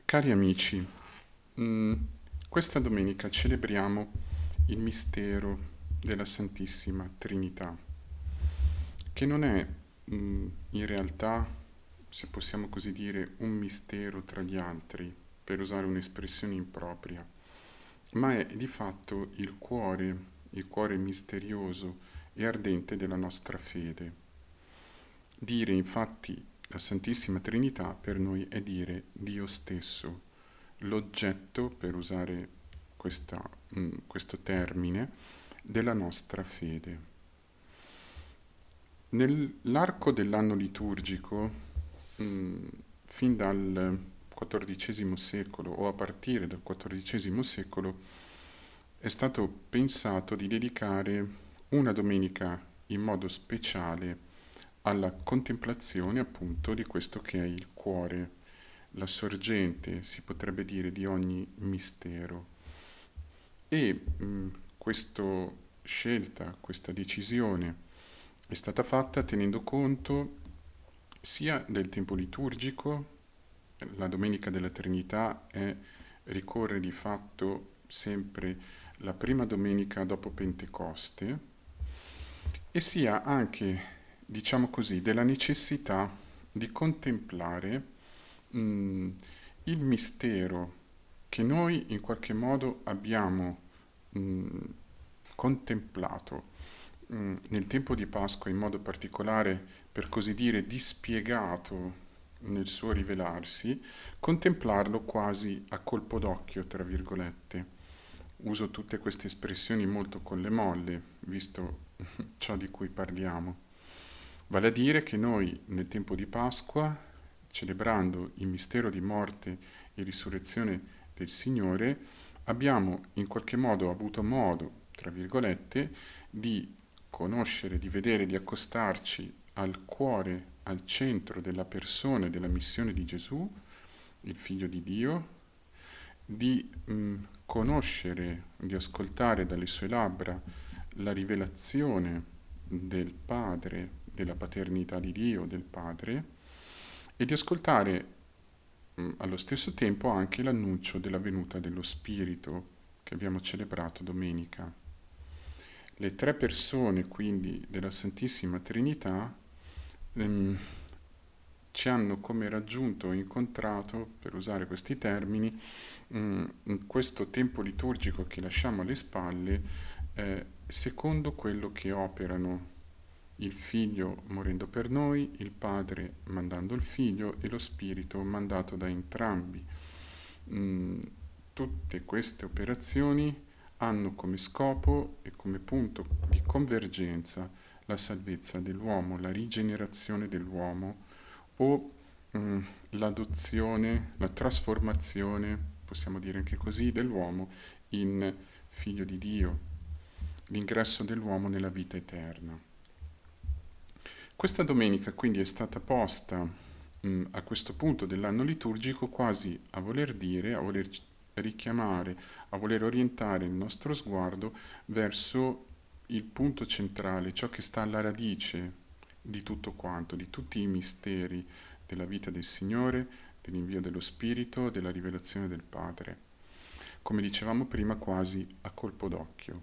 Cari amici, mm, questa domenica celebriamo il mistero della Santissima Trinità, che non è in realtà, se possiamo così dire, un mistero tra gli altri, per usare un'espressione impropria, ma è di fatto il cuore misterioso e ardente della nostra fede. Dire infatti la Santissima Trinità per noi è dire Dio stesso, l'oggetto, per usare questo termine, della nostra fede. Nell'arco dell'anno liturgico, mh, fin dal XIV secolo o a partire dal XIV secolo, è stato pensato di dedicare una domenica in modo speciale alla contemplazione appunto di questo che è il cuore, la sorgente, si potrebbe dire, di ogni mistero. E questa scelta, questa decisione è stata fatta tenendo conto sia del tempo liturgico, la Domenica della Trinità ricorre di fatto sempre la prima domenica dopo Pentecoste, e sia anche, diciamo così, della necessità di contemplare mh, il mistero che noi in qualche modo abbiamo mh, contemplato nel tempo di Pasqua in modo particolare, per così dire, dispiegato nel suo rivelarsi, contemplarlo quasi a colpo d'occhio, tra virgolette. Uso tutte queste espressioni molto con le molle, visto ciò di cui parliamo. Vale a dire che noi nel tempo di Pasqua, celebrando il mistero di morte e risurrezione del Signore, abbiamo in qualche modo avuto modo, tra virgolette, di conoscere, di vedere, di accostarci al cuore, al centro della persona e della missione di Gesù, il Figlio di Dio, di conoscere, di ascoltare dalle sue labbra la rivelazione del Padre, della paternità di Dio, del Padre, e di ascoltare allo stesso tempo anche l'annuncio della venuta dello Spirito che abbiamo celebrato domenica. Le tre persone quindi della Santissima Trinità ci hanno come raggiunto, incontrato, per usare questi termini, in questo tempo liturgico che lasciamo alle spalle, secondo quello che operano il Figlio morendo per noi, il Padre mandando il Figlio e lo Spirito mandato da entrambi. Mm, Tutte queste operazioni hanno come scopo e come punto di convergenza la salvezza dell'uomo, la rigenerazione dell'uomo o l'adozione, la trasformazione, possiamo dire anche così, dell'uomo in figlio di Dio, l'ingresso dell'uomo nella vita eterna. Questa domenica quindi è stata posta a questo punto dell'anno liturgico quasi a voler dire, a voler richiamare, a voler orientare il nostro sguardo verso il punto centrale, ciò che sta alla radice di tutto quanto, di tutti i misteri della vita del Signore, dell'invio dello Spirito, della rivelazione del Padre. Come dicevamo prima, quasi a colpo d'occhio.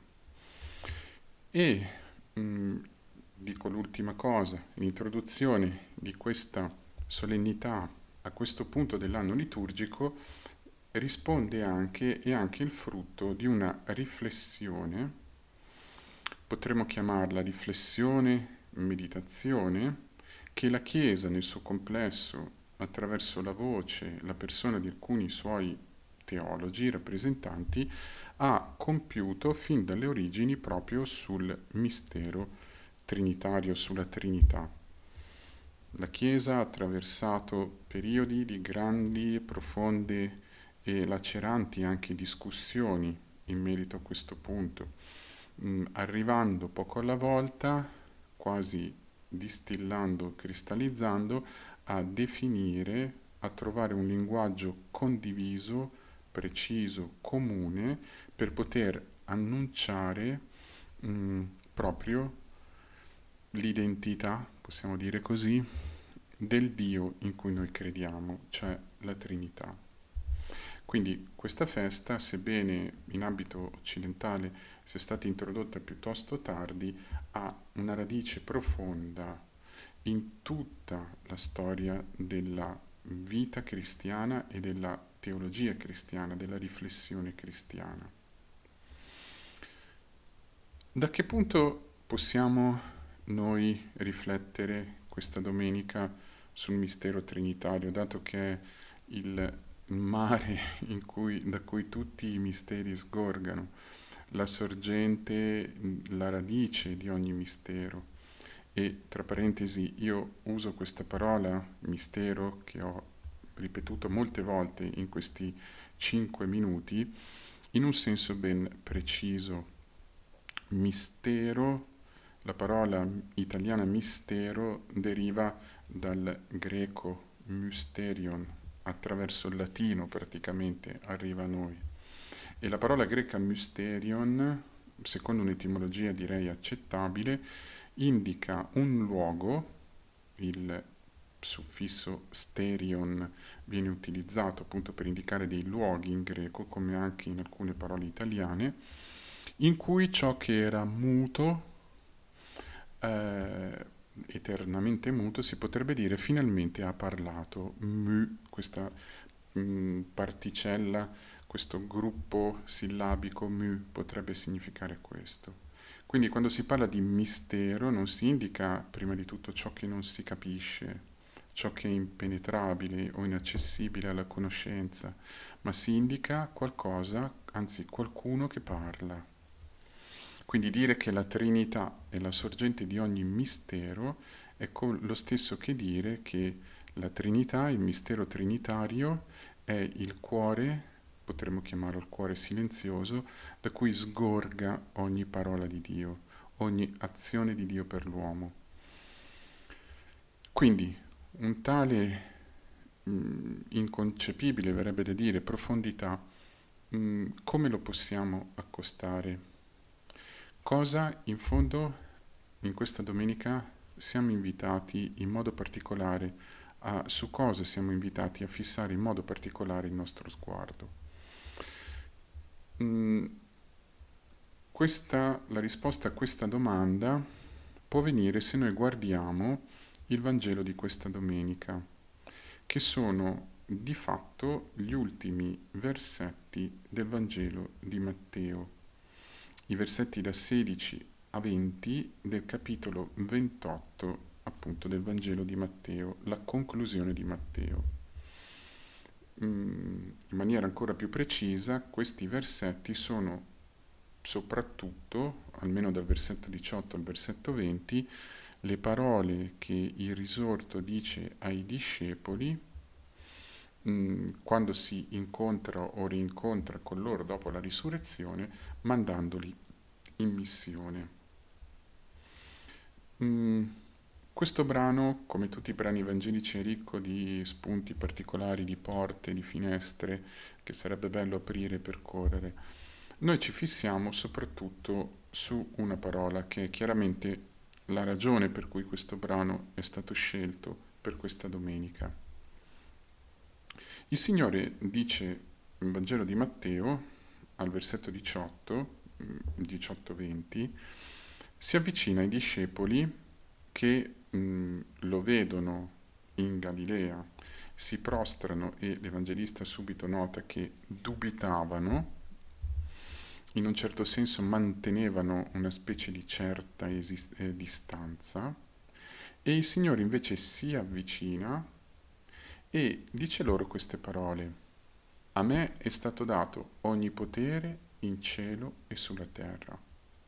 E dico l'ultima cosa, l'introduzione di questa solennità a questo punto dell'anno liturgico risponde anche, è anche il frutto di una riflessione, potremmo chiamarla riflessione, meditazione, che la Chiesa nel suo complesso, attraverso la voce, la persona di alcuni suoi teologi, rappresentanti, ha compiuto fin dalle origini proprio sul mistero trinitario, sulla Trinità. La Chiesa ha attraversato periodi di grandi, profonde e laceranti anche discussioni in merito a questo punto, arrivando poco alla volta, quasi distillando, cristallizzando, a definire, a trovare un linguaggio condiviso, preciso, comune, per poter annunciare proprio l'identità, possiamo dire così, del Dio in cui noi crediamo, cioè la Trinità. Quindi questa festa, sebbene in ambito occidentale sia stata introdotta piuttosto tardi, ha una radice profonda in tutta la storia della vita cristiana e della teologia cristiana, della riflessione cristiana. Da che punto possiamo noi riflettere questa domenica sul mistero trinitario, dato che è il mare da cui tutti i misteri sgorgano, la sorgente, la radice di ogni mistero? E tra parentesi, io uso questa parola mistero che ho ripetuto molte volte in questi 5 minuti in un senso ben preciso. Mistero, la parola italiana mistero deriva dal greco mysterion, attraverso il latino praticamente arriva a noi. E la parola greca mysterion, secondo un'etimologia direi accettabile, indica un luogo, il suffisso sterion viene utilizzato appunto per indicare dei luoghi in greco, come anche in alcune parole italiane, in cui ciò che era muto, eternamente muto, si potrebbe dire finalmente ha parlato. Questa particella, questo gruppo sillabico mu potrebbe significare questo. Quindi quando si parla di mistero non si indica prima di tutto ciò che non si capisce, ciò che è impenetrabile o inaccessibile alla conoscenza, ma si indica qualcosa, anzi qualcuno che parla. Quindi dire che la Trinità è la sorgente di ogni mistero è lo stesso che dire che la Trinità, il mistero trinitario, è il cuore, potremmo chiamarlo il cuore silenzioso, da cui sgorga ogni parola di Dio, ogni azione di Dio per l'uomo. Quindi un tale inconcepibile, verrebbe da dire, profondità, come lo possiamo accostare? Cosa in fondo in questa domenica siamo invitati in modo particolare su cosa siamo invitati a fissare in modo particolare il nostro sguardo? La risposta a questa domanda può venire se noi guardiamo il Vangelo di questa domenica, che sono di fatto gli ultimi versetti del Vangelo di Matteo, i versetti da 16 a 20 del capitolo 28 appunto del Vangelo di Matteo, la conclusione di Matteo. In maniera ancora più precisa, questi versetti sono soprattutto, almeno dal versetto 18 al versetto 20, le parole che il risorto dice ai discepoli quando si incontra o rincontra con loro dopo la risurrezione, mandandoli in missione. Questo brano, come tutti i brani evangelici, è ricco di spunti particolari, di porte, di finestre che sarebbe bello aprire e percorrere. Noi ci fissiamo soprattutto su una parola che è chiaramente la ragione per cui questo brano è stato scelto per questa domenica. Il Signore dice nel Vangelo di Matteo, al versetto 18-20, si avvicina ai discepoli che lo vedono in Galilea, si prostrano e l'Evangelista subito nota che dubitavano, in un certo senso mantenevano una specie di certa distanza, e il Signore invece si avvicina e dice loro queste parole: a me è stato dato ogni potere in cielo e sulla terra.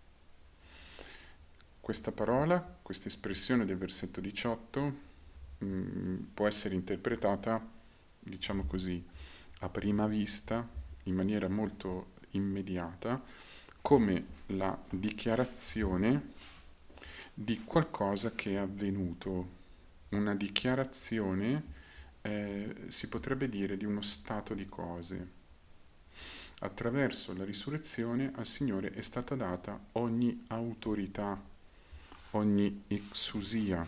Questa parola, questa espressione del versetto 18 può essere interpretata, diciamo così, a prima vista, in maniera molto immediata, come la dichiarazione di qualcosa che è avvenuto, una dichiarazione, si potrebbe dire, di uno stato di cose. Attraverso la risurrezione al Signore è stata data ogni autorità, ogni exousia,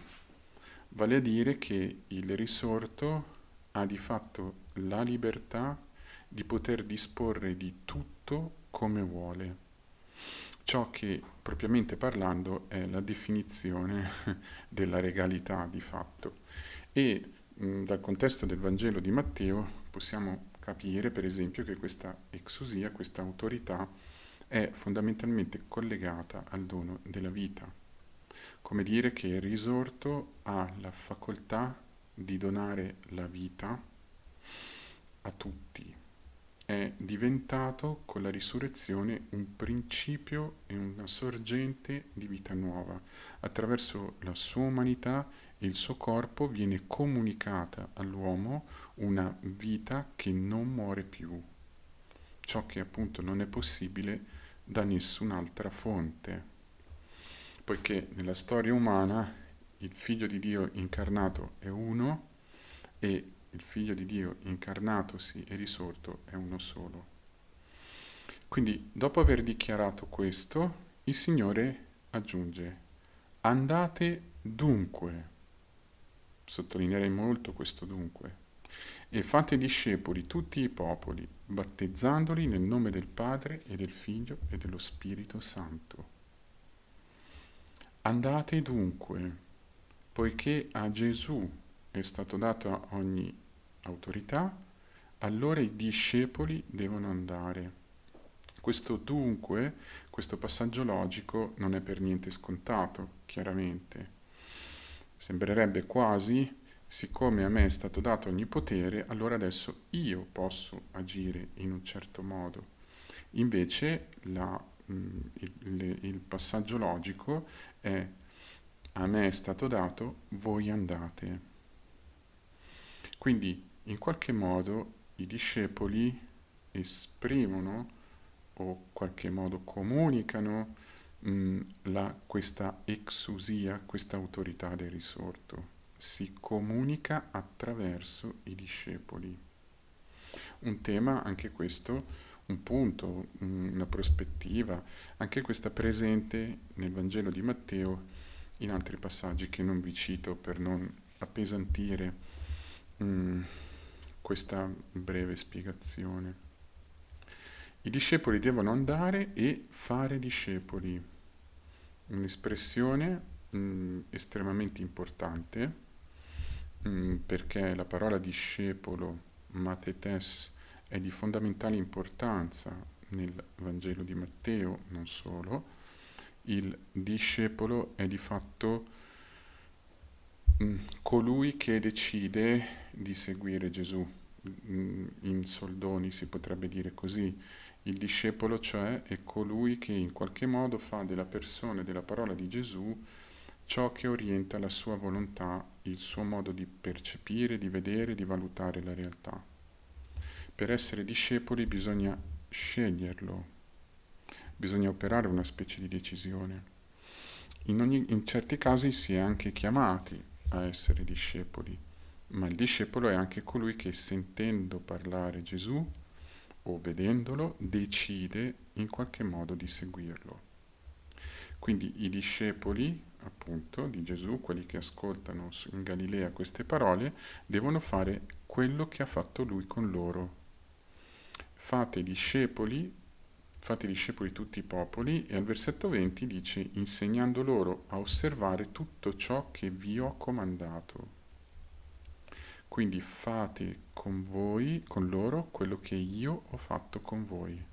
vale a dire che il risorto ha di fatto la libertà di poter disporre di tutto come vuole. Ciò che, propriamente parlando, è la definizione della regalità di fatto. E dal contesto del Vangelo di Matteo possiamo capire, per esempio, che questa exousia, questa autorità, è fondamentalmente collegata al dono della vita. Come dire che il risorto ha la facoltà di donare la vita a tutti. È diventato con la risurrezione un principio e una sorgente di vita nuova. Attraverso la sua umanità e il suo corpo viene comunicata all'uomo una vita che non muore più, ciò che appunto non è possibile da nessun'altra fonte, poiché nella storia umana il Figlio di Dio incarnato è uno e il Figlio di Dio incarnatosi e risorto è uno solo. Quindi, dopo aver dichiarato questo, il Signore aggiunge: andate dunque, sottolineerei molto questo dunque, e fate discepoli tutti i popoli, battezzandoli nel nome del Padre e del Figlio e dello Spirito Santo. Andate dunque, poiché a Gesù è stato data ogni autorità, allora i discepoli devono andare. Questo dunque, questo passaggio logico non è per niente scontato, chiaramente. Sembrerebbe quasi, siccome a me è stato dato ogni potere, allora adesso io posso agire in un certo modo. Invece il passaggio logico è: a me è stato dato, voi andate. Quindi in qualche modo i discepoli esprimono o qualche modo comunicano questa exousia, questa autorità del risorto. Si comunica attraverso i discepoli. Un tema, anche questo, un punto, una prospettiva, anche questa presente nel Vangelo di Matteo in altri passaggi che non vi cito per non appesantire questa breve spiegazione. I discepoli devono andare e fare discepoli, un'espressione estremamente importante, perché la parola discepolo, mathetes, è di fondamentale importanza nel Vangelo di Matteo, non solo. Il discepolo è di fatto colui che decide di seguire Gesù. In soldoni si potrebbe dire così. Il discepolo, cioè, è colui che in qualche modo fa della persona e della parola di Gesù ciò che orienta la sua volontà, il suo modo di percepire, di vedere, di valutare la realtà. Per essere discepoli bisogna sceglierlo, bisogna operare una specie di decisione. In certi casi si è anche chiamati a essere discepoli, ma il discepolo è anche colui che, sentendo parlare Gesù o vedendolo, decide in qualche modo di seguirlo. Quindi i discepoli, appunto, di Gesù, quelli che ascoltano in Galilea queste parole, devono fare quello che ha fatto lui con loro. Fate discepoli tutti i popoli, e al versetto 20 dice: insegnando loro a osservare tutto ciò che vi ho comandato. Quindi fate con loro, quello che io ho fatto con voi.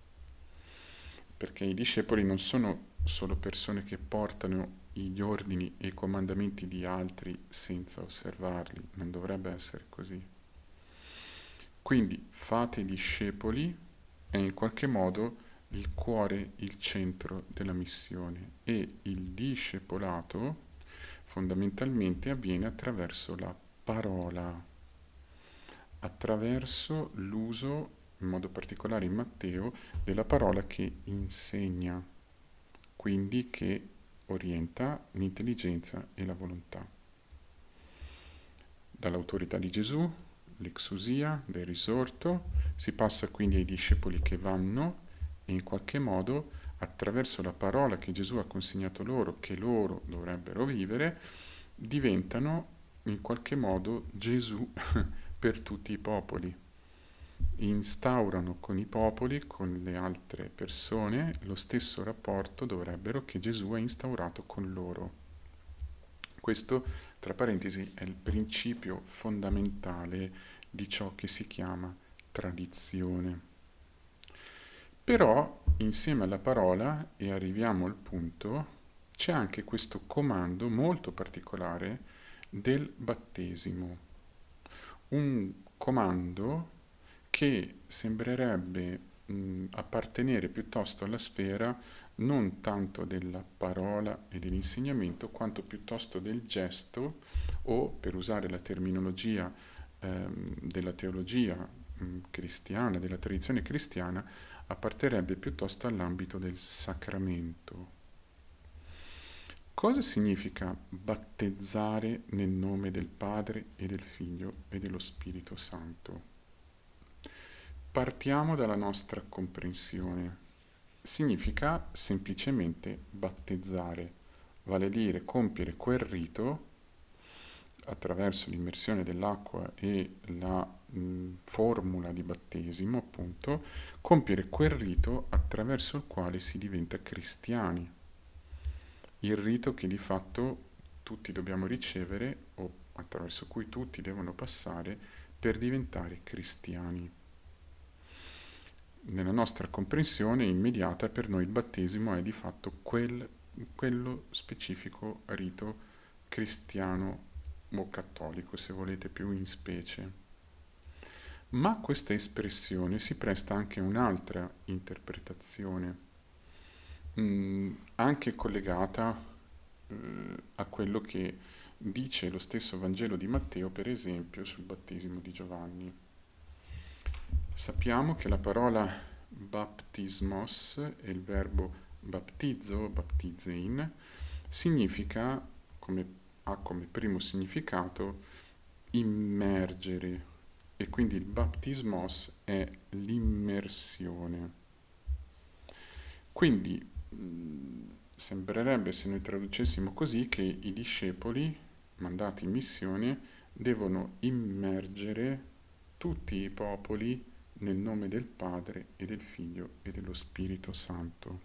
Perché i discepoli non sono solo persone che portano gli ordini e i comandamenti di altri senza osservarli, non dovrebbe essere così. Quindi fate discepoli è in qualche modo il cuore, il centro della missione, e il discepolato fondamentalmente avviene attraverso la parola, attraverso l'uso, in modo particolare in Matteo, della parola che insegna, quindi che orienta l'intelligenza e la volontà. Dall'autorità di Gesù, l'exousia del risorto, si passa quindi ai discepoli che vanno e in qualche modo, attraverso la parola che Gesù ha consegnato loro, che loro dovrebbero vivere, diventano in qualche modo Gesù per tutti i popoli. instaurano con i popoli, con le altre persone, lo stesso rapporto dovrebbero che Gesù ha instaurato con loro. Questo, tra parentesi, è il principio fondamentale di ciò che si chiama tradizione. Però, insieme alla parola, e arriviamo al punto, c'è anche questo comando molto particolare del battesimo. Un comando che sembrerebbe appartenere piuttosto alla sfera non tanto della parola e dell'insegnamento, quanto piuttosto del gesto o, per usare la terminologia della teologia cristiana, della tradizione cristiana, apparterrebbe piuttosto all'ambito del sacramento. Cosa significa battezzare nel nome del Padre e del Figlio e dello Spirito Santo? Partiamo dalla nostra comprensione. Significa semplicemente battezzare, vale a dire compiere quel rito attraverso l'immersione dell'acqua e la formula di battesimo, appunto, compiere quel rito attraverso il quale si diventa cristiani. Il rito che di fatto tutti dobbiamo ricevere o attraverso cui tutti devono passare per diventare cristiani. Nella nostra comprensione immediata per noi il battesimo è di fatto quello specifico rito cristiano o cattolico, se volete più in specie. Ma questa espressione si presta anche a un'altra interpretazione, anche collegata a quello che dice lo stesso Vangelo di Matteo, per esempio, sul battesimo di Giovanni. Sappiamo che la parola baptismos e il verbo baptizo, baptizein, significa, ha come primo significato immergere, e quindi il baptismos è l'immersione. Quindi sembrerebbe, se noi traducessimo così, che i discepoli mandati in missione devono immergere tutti i popoli nel nome del Padre e del Figlio e dello Spirito Santo.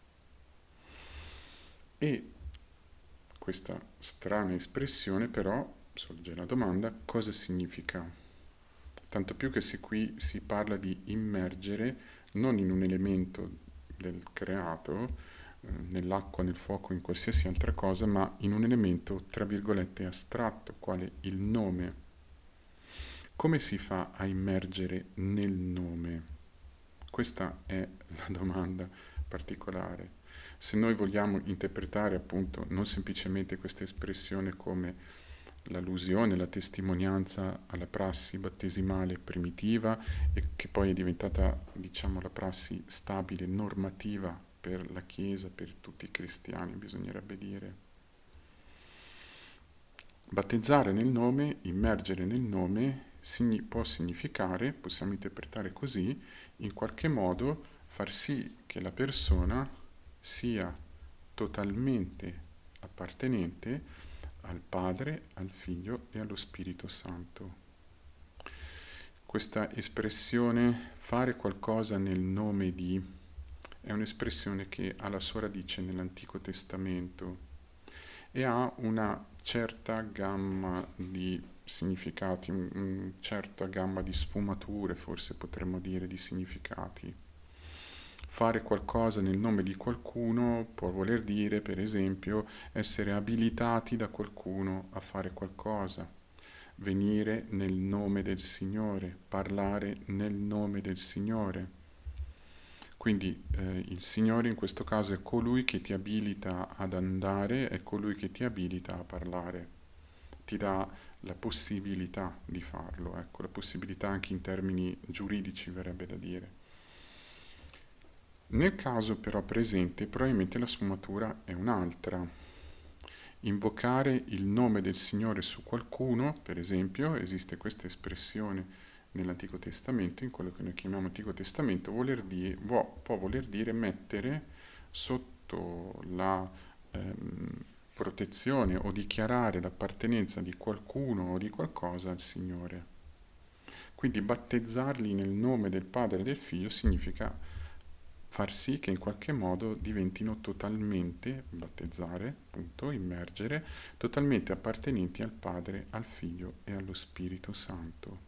E questa strana espressione però sorge la domanda: cosa significa? Tanto più che se qui si parla di immergere non in un elemento del creato, nell'acqua, nel fuoco, in qualsiasi altra cosa, ma in un elemento, tra virgolette, astratto, quale il nome. Come si fa a immergere nel nome? Questa è la domanda particolare. Se noi vogliamo interpretare appunto non semplicemente questa espressione come l'allusione, la testimonianza alla prassi battesimale primitiva e che poi è diventata, diciamo, la prassi stabile, normativa per la Chiesa, per tutti i cristiani, bisognerebbe dire. Battezzare nel nome, immergere nel nome, può significare, possiamo interpretare così, in qualche modo far sì che la persona sia totalmente appartenente al Padre, al Figlio e allo Spirito Santo. Questa espressione fare qualcosa nel nome di è un'espressione che ha la sua radice nell'Antico Testamento e ha una certa gamma di significati, una certa gamma di sfumature, forse potremmo dire, di significati. Fare qualcosa nel nome di qualcuno può voler dire, per esempio, essere abilitati da qualcuno a fare qualcosa, venire nel nome del Signore, parlare nel nome del Signore. Quindi il Signore in questo caso è colui che ti abilita ad andare, è colui che ti abilita a parlare, ti dà la possibilità di farlo, ecco, la possibilità anche in termini giuridici verrebbe da dire. Nel caso però presente probabilmente la sfumatura è un'altra. Invocare il nome del Signore su qualcuno, per esempio, esiste questa espressione nell'Antico Testamento, in quello che noi chiamiamo Antico Testamento, può voler dire mettere sotto la protezione o dichiarare l'appartenenza di qualcuno o di qualcosa al Signore. Quindi battezzarli nel nome del Padre e del Figlio significa far sì che in qualche modo diventino totalmente, battezzare, appunto, immergere, totalmente appartenenti al Padre, al Figlio e allo Spirito Santo.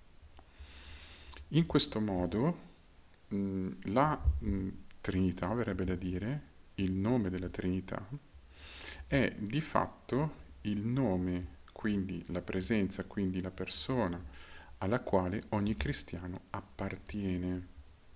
In questo modo la Trinità, verrebbe da dire, il nome della Trinità, è di fatto il nome, quindi la presenza, quindi la persona alla quale ogni cristiano appartiene.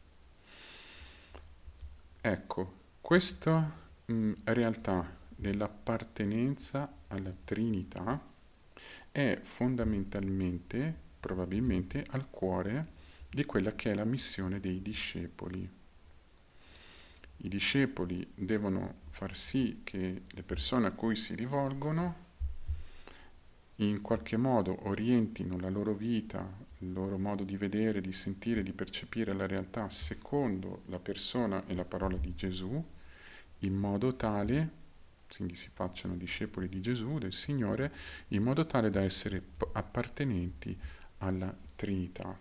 Ecco, questa realtà dell'appartenenza alla Trinità è fondamentalmente, probabilmente, al cuore di quella che è la missione dei discepoli. I discepoli devono far sì che le persone a cui si rivolgono in qualche modo orientino la loro vita, il loro modo di vedere, di sentire, di percepire la realtà secondo la persona e la parola di Gesù, in modo tale, quindi si facciano discepoli di Gesù, del Signore, in modo tale da essere appartenenti alla Trinità.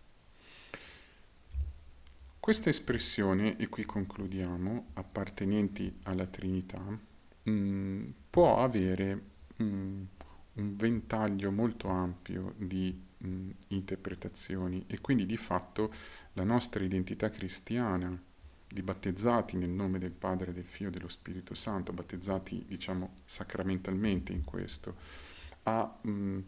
Questa espressione, e qui concludiamo, appartenenti alla Trinità, può avere un ventaglio molto ampio di interpretazioni e quindi di fatto la nostra identità cristiana di battezzati nel nome del Padre, del Figlio e dello Spirito Santo, battezzati diciamo sacramentalmente in questo, ha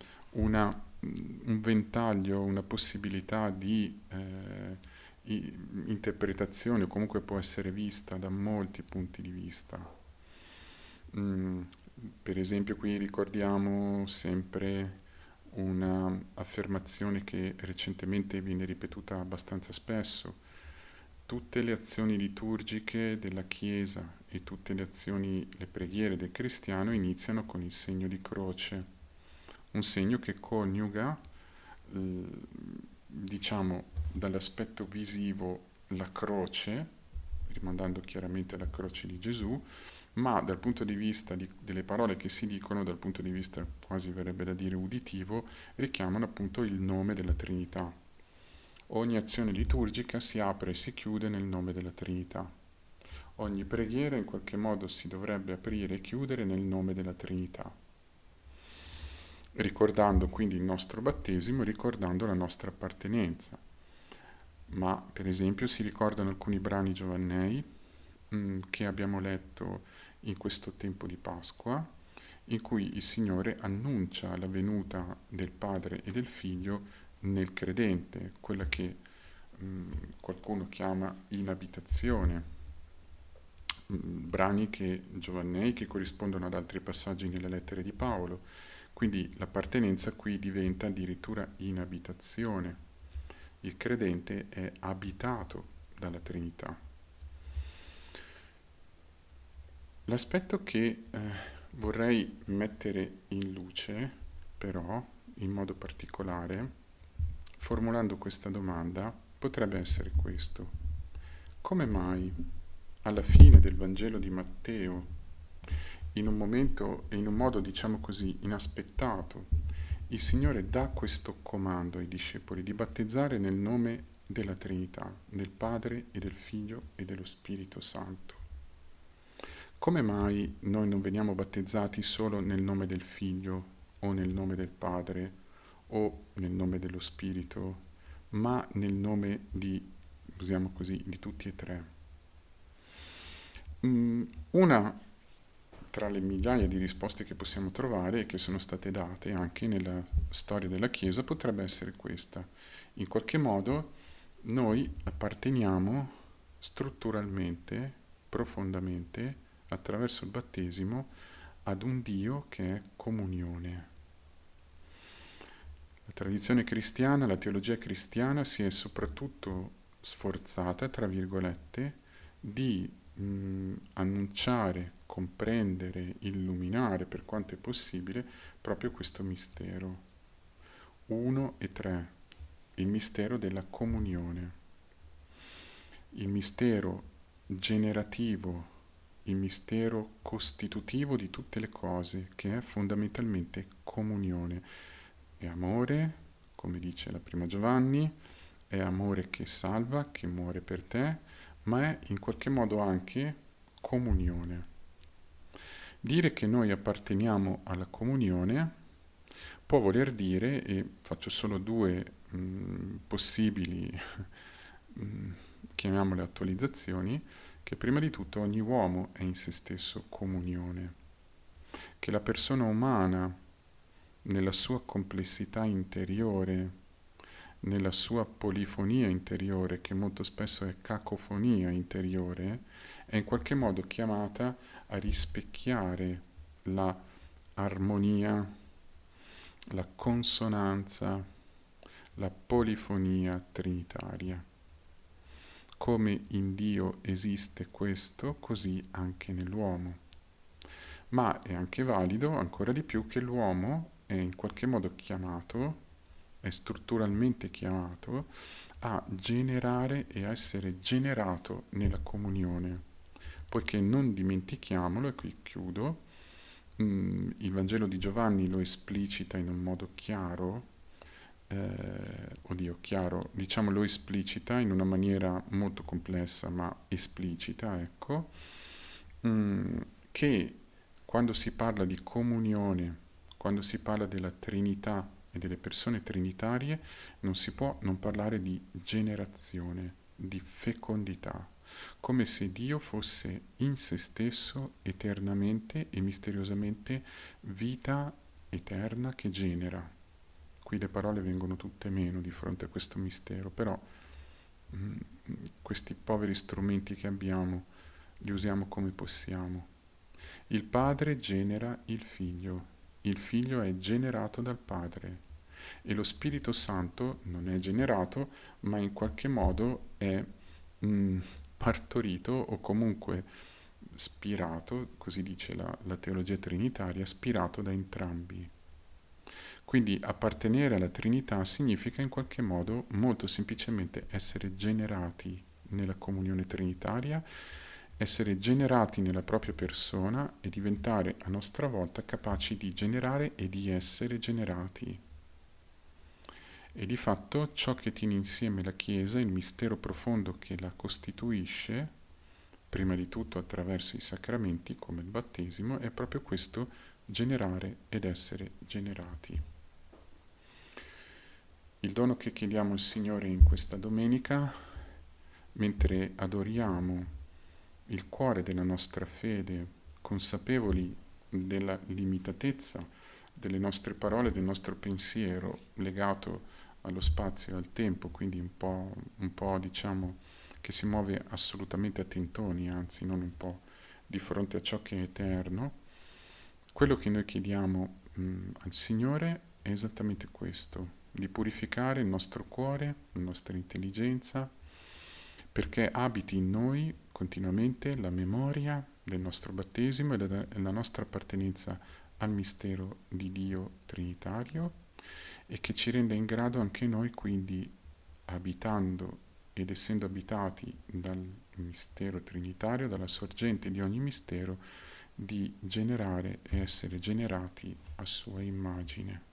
un ventaglio, una possibilità di interpretazione o comunque può essere vista da molti punti di vista. Mm, per esempio qui ricordiamo sempre una affermazione che recentemente viene ripetuta abbastanza spesso. Tutte le azioni liturgiche della Chiesa e tutte le azioni, le preghiere del cristiano iniziano con il segno di croce, un segno che coniuga, diciamo, dall'aspetto visivo la croce, rimandando chiaramente alla croce di Gesù, ma dal punto di vista delle parole che si dicono, dal punto di vista quasi verrebbe da dire uditivo, richiamano appunto il nome della Trinità. Ogni azione liturgica si apre e si chiude nel nome della Trinità. Ogni preghiera in qualche modo si dovrebbe aprire e chiudere nel nome della Trinità. Ricordando quindi il nostro battesimo, ricordando la nostra appartenenza. Ma per esempio si ricordano alcuni brani giovannei che abbiamo letto in questo tempo di Pasqua, in cui il Signore annuncia la venuta del Padre e del Figlio nel credente, quella che qualcuno chiama inabitazione, brani giovannei che corrispondono ad altri passaggi nelle lettere di Paolo, quindi l'appartenenza qui diventa addirittura inabitazione. Il credente è abitato dalla Trinità. L'aspetto che vorrei mettere in luce, però, in modo particolare, formulando questa domanda, potrebbe essere questo. Come mai, alla fine del Vangelo di Matteo, in un momento e in un modo, diciamo così, inaspettato, il Signore dà questo comando ai discepoli di battezzare nel nome della Trinità, del Padre e del Figlio e dello Spirito Santo? Come mai noi non veniamo battezzati solo nel nome del Figlio o nel nome del Padre o nel nome dello Spirito, ma nel nome usiamo così, di tutti e tre? Una tra le migliaia di risposte che possiamo trovare e che sono state date anche nella storia della Chiesa potrebbe essere questa. In qualche modo noi apparteniamo strutturalmente, profondamente, attraverso il battesimo, ad un Dio che è comunione. La tradizione cristiana, la teologia cristiana si è soprattutto sforzata, tra virgolette, di annunciare, comprendere, illuminare per quanto è possibile proprio questo mistero. 1 e 3, il mistero della comunione, il mistero generativo, il mistero costitutivo di tutte le cose, che è fondamentalmente comunione. È amore come dice la prima Giovanni, è amore che salva, che muore per te, ma è in qualche modo anche comunione. Dire che noi apparteniamo alla comunione può voler dire, e faccio solo due possibili, mh, chiamiamole attualizzazioni, che prima di tutto ogni uomo è in se stesso comunione, che la persona umana nella sua complessità interiore, nella sua polifonia interiore, che molto spesso è cacofonia interiore, è in qualche modo chiamata a rispecchiare la armonia, la consonanza, la polifonia trinitaria. Come in Dio esiste questo, così anche nell'uomo. Ma è anche valido ancora di più che l'uomo è in qualche modo chiamato, è strutturalmente chiamato a generare e a essere generato nella comunione, poiché non dimentichiamolo, e qui chiudo, il Vangelo di Giovanni lo esplicita in un modo chiaro, chiaro, diciamo lo esplicita in una maniera molto complessa ma esplicita, ecco, che quando si parla di comunione, quando si parla della Trinità e delle persone trinitarie, non si può non parlare di generazione, di fecondità, come se Dio fosse in se stesso eternamente e misteriosamente vita eterna che genera. Qui le parole vengono tutte meno di fronte a questo mistero, però questi poveri strumenti che abbiamo li usiamo come possiamo. Il Padre genera il Figlio è generato dal Padre e lo Spirito Santo non è generato, ma in qualche modo è partorito o comunque spirato, così dice la teologia trinitaria, spirato da entrambi. Quindi appartenere alla Trinità significa in qualche modo molto semplicemente essere generati nella comunione trinitaria, essere generati nella propria persona e diventare a nostra volta capaci di generare e di essere generati. E di fatto ciò che tiene insieme la Chiesa, il mistero profondo che la costituisce, prima di tutto attraverso i sacramenti come il battesimo, è proprio questo generare ed essere generati. Il dono che chiediamo al Signore in questa domenica, mentre adoriamo il cuore della nostra fede, consapevoli della limitatezza delle nostre parole, del nostro pensiero legato allo spazio e al tempo, quindi un po' diciamo che si muove assolutamente a tentoni, anzi non un po' di fronte a ciò che è eterno, quello che noi chiediamo al Signore è esattamente questo, di purificare il nostro cuore, la nostra intelligenza, perché abiti in noi continuamente la memoria del nostro battesimo e la nostra appartenenza al mistero di Dio Trinitario e che ci renda in grado anche noi quindi, abitando ed essendo abitati dal mistero trinitario, dalla sorgente di ogni mistero, di generare e essere generati a sua immagine.